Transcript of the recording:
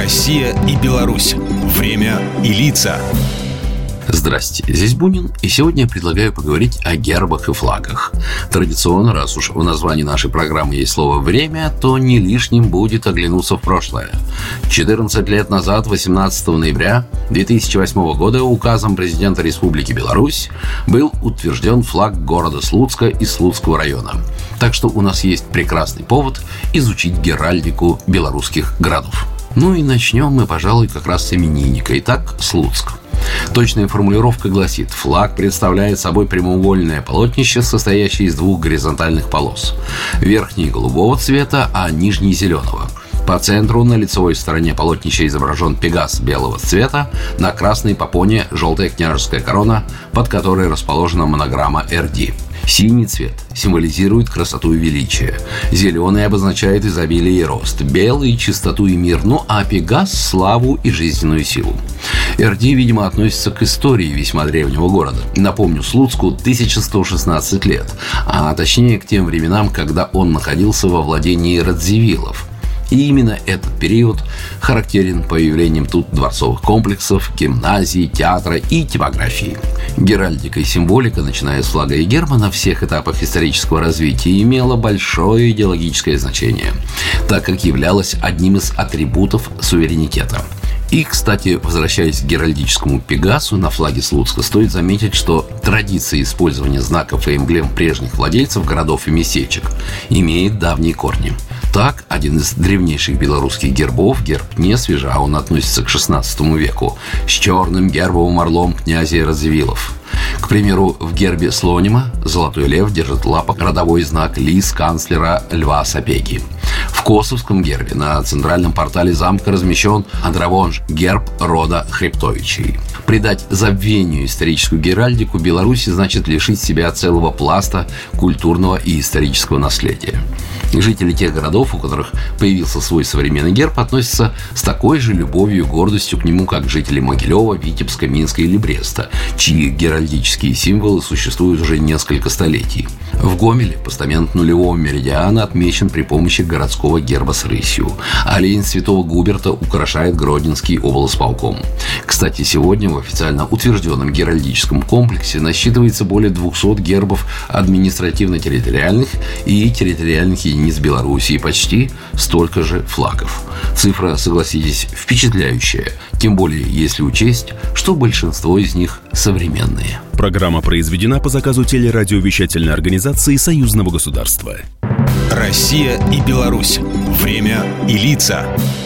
Россия и Беларусь. Время и лица. Здрасте, здесь Бунин, и сегодня я предлагаю поговорить о гербах и флагах. Традиционно, раз уж в названии нашей программы есть слово «время», то не лишним будет оглянуться в прошлое. 14 лет назад, 18 ноября 2008 года, указом президента Республики Беларусь был утвержден флаг города Слуцка и Слуцкого района. Так что у нас есть прекрасный повод изучить геральдику белорусских городов. Ну и начнем мы, пожалуй, как раз с именинника. Итак, Слуцк. Точная формулировка гласит: флаг представляет собой прямоугольное полотнище, состоящее из двух горизонтальных полос. Верхний голубого цвета, а нижний зеленого. По центру на лицевой стороне полотнища изображен пегас белого цвета, на красной попоне желтая княжеская корона, под которой расположена монограмма «РД». Синий цвет символизирует красоту и величие. Зеленый обозначает изобилие и рост. Белый – чистоту и мир. Ну а пегас – славу и жизненную силу. РД, видимо, относится к истории весьма древнего города. Напомню, Слуцку 1116 лет, а точнее к тем временам, когда он находился во владении Радзивиллов. И именно этот период характерен появлением тут дворцовых комплексов, гимназий, театра и типографии. Геральдика и символика, начиная с флага и герба, на всех этапах исторического развития имела большое идеологическое значение, так как являлась одним из атрибутов суверенитета. И, кстати, возвращаясь к геральдическому пегасу на флаге Слуцка, стоит заметить, что традиция использования знаков и эмблем прежних владельцев городов и местечек имеет давние корни. Так, один из древнейших белорусских гербов, герб Несвежа, он относится к XVI веку, с черным гербовым орлом князя Радзивиллов. К примеру, в гербе Слонима золотой лев держит в лапах родовой знак лис канцлера Льва Сапеги. В Косовском гербе на центральном портале замка размещен Андравонж, герб рода Хребтовичей. Придать забвению историческую геральдику Беларуси значит лишить себя целого пласта культурного и исторического наследия. Жители тех городов, у которых появился свой современный герб, относятся с такой же любовью и гордостью к нему, как жители Могилева, Витебска, Минска или Бреста, чьи геральдические символы существуют уже несколько столетий. В Гомеле постамент нулевого меридиана отмечен при помощи городского герба с рысью. Олень Святого Губерта украшает Гродненский облсполком. Кстати, сегодня в официально утвержденном геральдическом комплексе насчитывается более 200 гербов административно-территориальных и территориальных единиц Беларуси и почти столько же флагов. Цифра, согласитесь, впечатляющая, тем более если учесть, что большинство из них современные. Программа произведена по заказу телерадиовещательной организации Союзного государства. Россия и Беларусь. Время и лица.